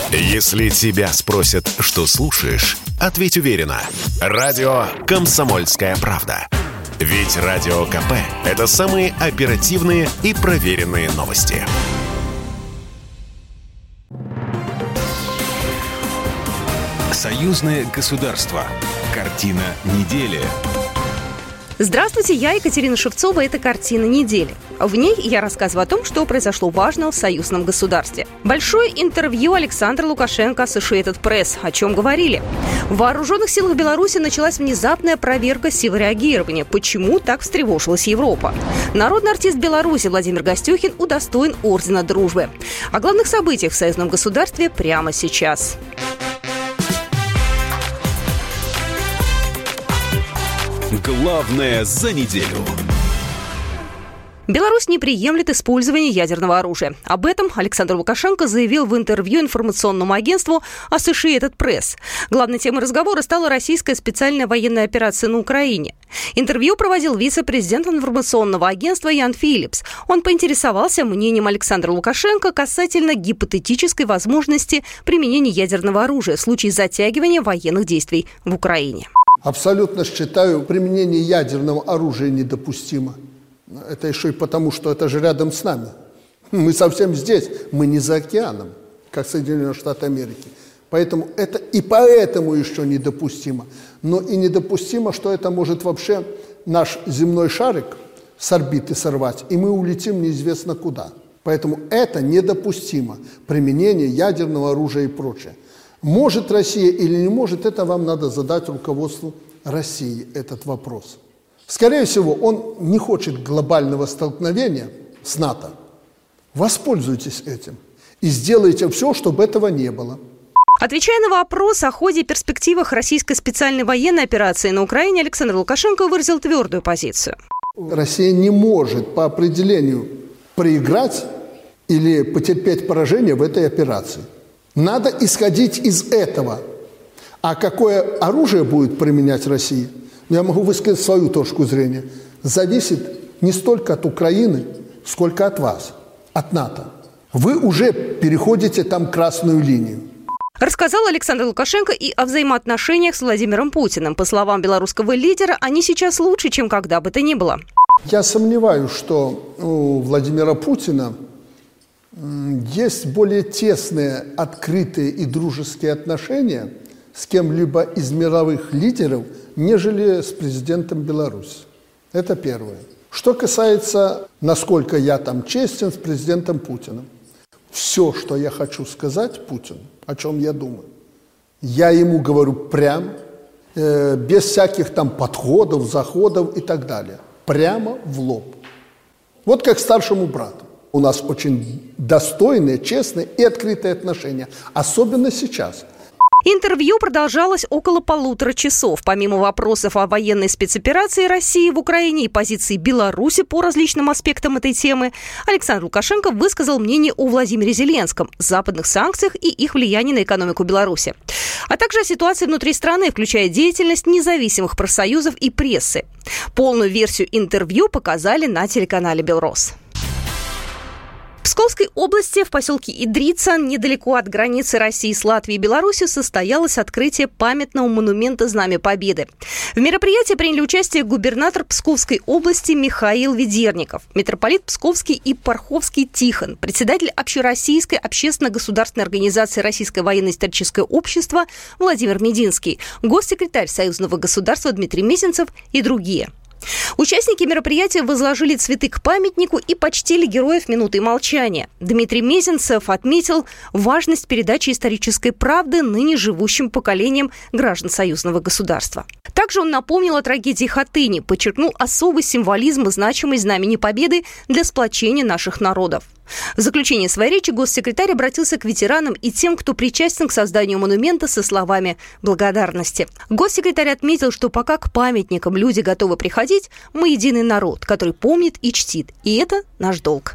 Если тебя спросят, что слушаешь, ответь уверенно. Радио «Комсомольская правда». Ведь Радио КП – это самые оперативные и проверенные новости. Союзное государство. Картина недели. Здравствуйте, я Екатерина Шевцова. Это «Картина недели». В ней я рассказываю о том, что произошло важного в союзном государстве. Большое интервью Александра Лукашенко Associated Press. О чем говорили? В вооруженных силах Беларуси началась внезапная проверка сил реагирования. Почему так встревожилась Европа? Народный артист Беларуси Владимир Гостюхин удостоен ордена Дружбы. О главных событиях в союзном государстве прямо сейчас. Главное за неделю. Беларусь не приемлет использование ядерного оружия. Об этом Александр Лукашенко заявил в интервью информационному агентству Associated Press. Главной темой разговора стала российская специальная военная операция на Украине. Интервью проводил вице-президент информационного агентства Ян Филлипс. Он поинтересовался мнением Александра Лукашенко касательно гипотетической возможности применения ядерного оружия в случае затягивания военных действий в Украине. Абсолютно считаю, применение ядерного оружия недопустимо. Это еще и потому, что это же рядом с нами. Мы совсем здесь, мы не за океаном, как Соединенные Штаты Америки. Поэтому это и поэтому еще недопустимо. Но и недопустимо, что это может вообще наш земной шарик с орбиты сорвать, и мы улетим неизвестно куда. Поэтому это недопустимо, применение ядерного оружия и прочее. Может Россия или не может, это вам надо задать руководству России этот вопрос. Скорее всего, он не хочет глобального столкновения с НАТО. Воспользуйтесь этим и сделайте все, чтобы этого не было. Отвечая на вопрос о ходе и перспективах российской специальной военной операции на Украине, Александр Лукашенко выразил твердую позицию. Россия не может по определению проиграть или потерпеть поражение в этой операции. Надо исходить из этого. А какое оружие будет применять Россия, я могу высказать свою точку зрения, зависит не столько от Украины, сколько от вас, от НАТО. Вы уже переходите там красную линию. Рассказал Александр Лукашенко и о взаимоотношениях с Владимиром Путиным. По словам белорусского лидера, они сейчас лучше, чем когда бы то ни было. Я сомневаюсь, что у Владимира Путина есть более тесные, открытые и дружеские отношения с кем-либо из мировых лидеров, нежели с президентом Беларуси. Это первое. Что касается, насколько я там честен с президентом Путиным. Все, что я хочу сказать Путину, о чем я думаю, я ему говорю прямо, без всяких там подходов, заходов и так далее. Прямо в лоб. Вот как старшему брату. У нас очень достойные, честные и открытые отношения. Особенно сейчас. Интервью продолжалось около 1,5 часов. Помимо вопросов о военной спецоперации России в Украине и позиции Беларуси по различным аспектам этой темы, Александр Лукашенко высказал мнение о Владимире Зеленском, западных санкциях и их влиянии на экономику Беларуси, а также о ситуации внутри страны, включая деятельность независимых профсоюзов и прессы. Полную версию интервью показали на телеканале «Белрос». В Псковской области в поселке Идрица, недалеко от границы России с Латвией и Беларусью, состоялось открытие памятного монумента «Знамя Победы». В мероприятии приняли участие губернатор Псковской области Михаил Ведерников, митрополит Псковский и Парховский Тихон, председатель Общероссийской общественно-государственной организации Российское военно-историческое общество Владимир Мединский, госсекретарь Союзного государства Дмитрий Мезенцев и другие. Участники мероприятия возложили цветы к памятнику и почтили героев минутой молчания. Дмитрий Мезенцев отметил важность передачи исторической правды ныне живущим поколениям граждан союзного государства. Также он напомнил о трагедии Хатыни, подчеркнул особый символизм и значимость Знамени Победы для сплочения наших народов. В заключение своей речи госсекретарь обратился к ветеранам и тем, кто причастен к созданию монумента, со словами благодарности. Госсекретарь отметил, что пока к памятникам люди готовы приходить, мы единый народ, который помнит и чтит. И это наш долг.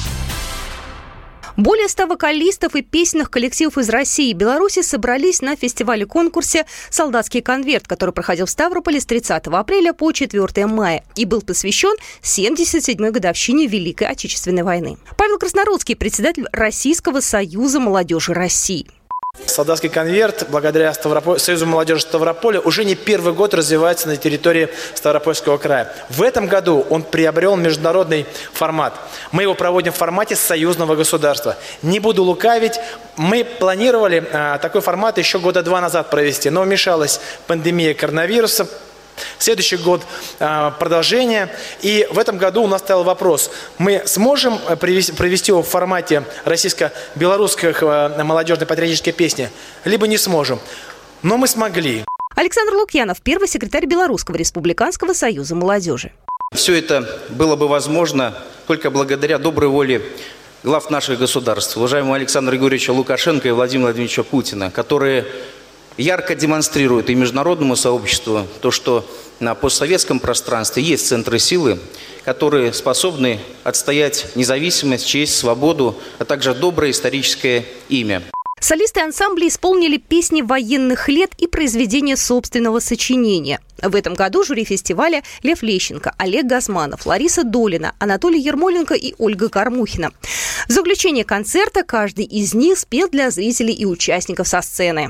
Более 100 вокалистов и песенных коллективов из России и Беларуси собрались на фестивале-конкурсе «Солдатский конверт», который проходил в Ставрополе с 30 апреля по 4 мая и был посвящен 77-й годовщине Великой Отечественной войны. Павел Краснородский, председатель Российского союза молодежи России. Солдатский конверт, благодаря Союзу молодежи Ставрополя, уже не первый год развивается на территории Ставропольского края. В этом году он приобрел международный формат. Мы его проводим в формате союзного государства. Не буду лукавить, мы планировали такой формат еще года 2 назад провести, но вмешалась пандемия коронавируса. Следующий год продолжение. И в этом году у нас стоял вопрос, мы сможем провести его в формате российско-белорусской молодежной патриотической песни, либо не сможем. Но мы смогли. Александр Лукьянов, первый секретарь Белорусского республиканского союза молодежи. Все это было бы возможно только благодаря доброй воле глав наших государств, уважаемого Александра Григорьевича Лукашенко и Владимира Владимировича Путина, которые ярко демонстрирует и международному сообществу то, что на постсоветском пространстве есть центры силы, которые способны отстоять независимость, честь, свободу, а также доброе историческое имя. Солисты ансамбля исполнили песни военных лет и произведения собственного сочинения. В этом году жюри фестиваля Лев Лещенко, Олег Газманов, Лариса Долина, Анатолий Ермоленко и Ольга Кормухина. В заключение концерта каждый из них спел для зрителей и участников со сцены.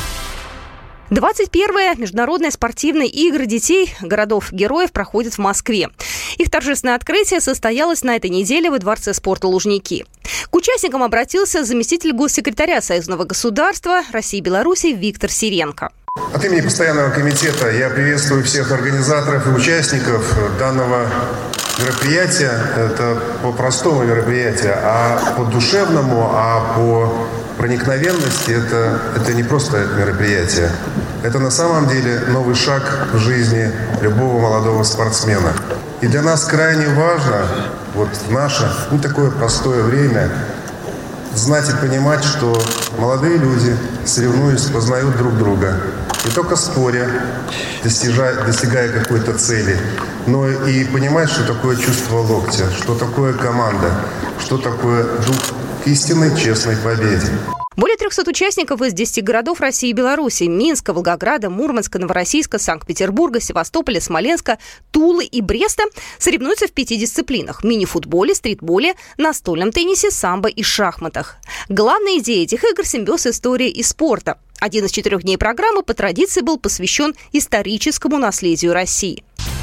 21-е международные спортивные игры детей городов-героев проходят в Москве. Их торжественное открытие состоялось на этой неделе во Дворце спорта «Лужники». К участникам обратился заместитель госсекретаря Союзного государства России и Беларуси Виктор Сиренко. От имени постоянного комитета я приветствую всех организаторов и участников данного мероприятия. Это по простому мероприятию, а по душевному, а по проникновенности это не просто мероприятие. Это на самом деле новый шаг в жизни любого молодого спортсмена. И для нас крайне важно вот в наше такое простое время знать и понимать, что молодые люди, соревнуясь, познают друг друга. Не только споря, достигая какой-то цели, но и понимать, что такое чувство локтя, что такое команда, что такое дух к истинной, честной победе. Более 300 участников из 10 городов России и Беларуси – Минска, Волгограда, Мурманска, Новороссийска, Санкт-Петербурга, Севастополя, Смоленска, Тулы и Бреста – соревнуются в 5 дисциплинах – мини-футболе, стритболе, настольном теннисе, самбо и шахматах. Главная идея этих игр – симбиоз истории и спорта. Один из 4 дней программы по традиции был посвящен историческому наследию России.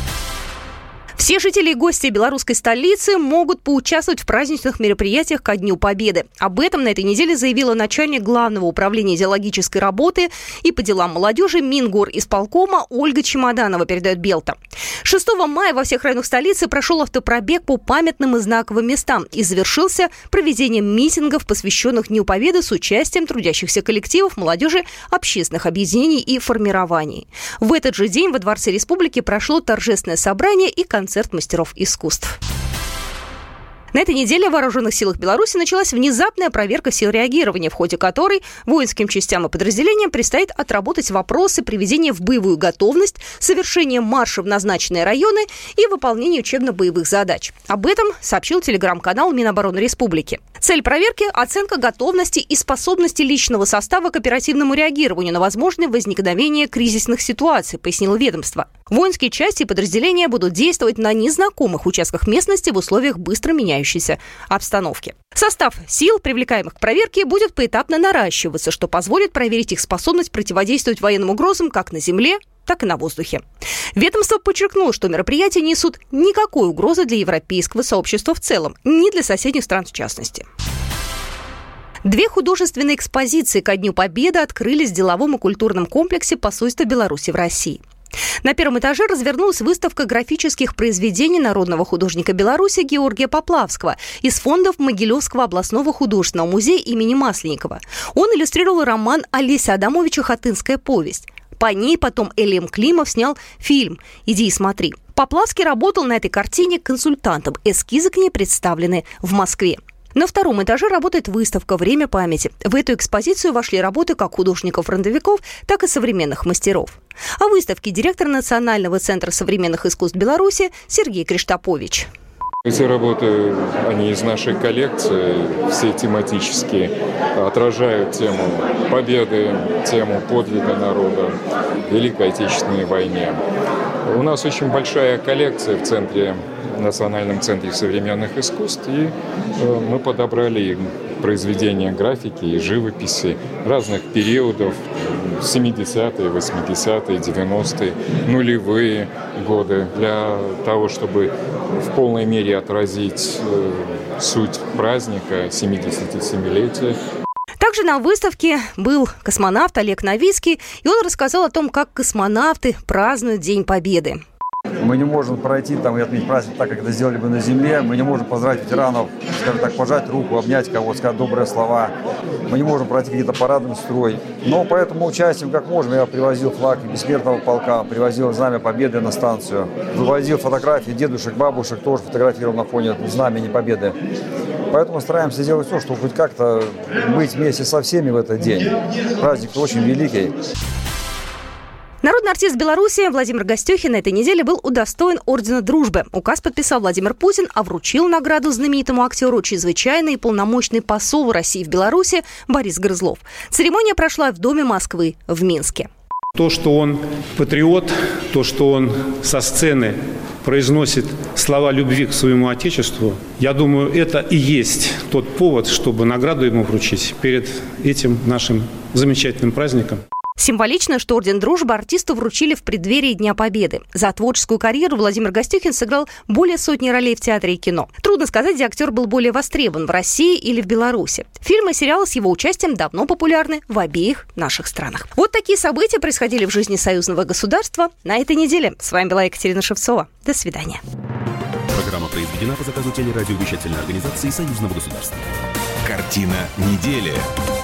Все жители и гости белорусской столицы могут поучаствовать в праздничных мероприятиях ко Дню Победы. Об этом на этой неделе заявила начальник Главного управления идеологической работы и по делам молодежи Мингорисполкома Ольга Чемоданова, передает Белта. 6 мая во всех районах столицы прошел автопробег по памятным и знаковым местам и завершился проведением митингов, посвященных Дню Победы с участием трудящихся коллективов, молодежи, общественных объединений и формирований. В этот же день во Дворце Республики прошло торжественное собрание и концерт мастеров искусств. На этой неделе в Вооруженных силах Беларуси началась внезапная проверка сил реагирования, в ходе которой воинским частям и подразделениям предстоит отработать вопросы приведения в боевую готовность, совершения марша в назначенные районы и выполнения учебно-боевых задач. Об этом сообщил телеграм-канал Минобороны Республики. Цель проверки – оценка готовности и способности личного состава к оперативному реагированию на возможное возникновение кризисных ситуаций, пояснило ведомство. Воинские части и подразделения будут действовать на незнакомых участках местности в условиях быстро меняющейся обстановки. Состав сил, привлекаемых к проверке, будет поэтапно наращиваться, что позволит проверить их способность противодействовать военным угрозам как на земле, так и на воздухе. Ведомство подчеркнуло, что мероприятия несут никакой угрозы для европейского сообщества в целом, ни для соседних стран в частности. 2 художественные экспозиции ко Дню Победы открылись в деловом и культурном комплексе посольства Беларуси в России. На первом этаже развернулась выставка графических произведений народного художника Беларуси Георгия Поплавского из фондов Могилевского областного художественного музея имени Масленникова. Он иллюстрировал роман Олеся Адамовича «Хатынская повесть». По ней потом Элем Климов снял фильм «Иди и смотри». Поплавский работал на этой картине консультантом. Эскизы к ней представлены в Москве. На втором этаже работает выставка «Время памяти». В эту экспозицию вошли работы как художников-фронтовиков, так и современных мастеров. О выставке директор Национального центра современных искусств Беларуси Сергей Криштопович. Эти работы, они из нашей коллекции, все тематические, отражают тему победы, тему подвига народа в Великой Отечественной войне. У нас очень большая коллекция в Национальном центре современных искусств, и мы подобрали произведения графики и живописи разных периодов, 70-е, 80-е, 90-е, нулевые годы, для того, чтобы в полной мере отразить суть праздника 77-летия. Также на выставке был космонавт Олег Новицкий, и он рассказал о том, как космонавты празднуют День Победы. Мы не можем пройти там и отметить праздник так, как это сделали бы на Земле. Мы не можем поздравить ветеранов, скажем так, пожать руку, обнять кого-то, сказать добрые слова. Мы не можем пройти какие-то парадный строй. Но поэтому участием как можем. Я привозил флаг бессмертного полка, привозил знамя Победы на станцию, вывозил фотографии дедушек, бабушек, тоже фотографировал на фоне знамени Победы. Поэтому стараемся сделать все, чтобы хоть как-то быть вместе со всеми в этот день. Праздник очень великий. Народный артист Беларуси Владимир Гостюхин на этой неделе был удостоен Ордена Дружбы. Указ подписал Владимир Путин, а вручил награду знаменитому актеру чрезвычайный и полномочный посол России в Беларуси Борис Грызлов. Церемония прошла в Доме Москвы в Минске. То, что он патриот, то, что он со сцены произносит слова любви к своему Отечеству, я думаю, это и есть тот повод, чтобы награду ему вручить перед этим нашим замечательным праздником. Символично, что Орден Дружбы артисту вручили в преддверии Дня Победы. За творческую карьеру Владимир Гостюхин сыграл более сотни ролей в театре и кино. Трудно сказать, где актер был более востребован – в России или в Беларуси. Фильмы и сериалы с его участием давно популярны в обеих наших странах. Вот такие события происходили в жизни союзного государства на этой неделе. С вами была Екатерина Шевцова. До свидания. Программа произведена по заказу телерадиовещательной организации союзного государства. Картина недели.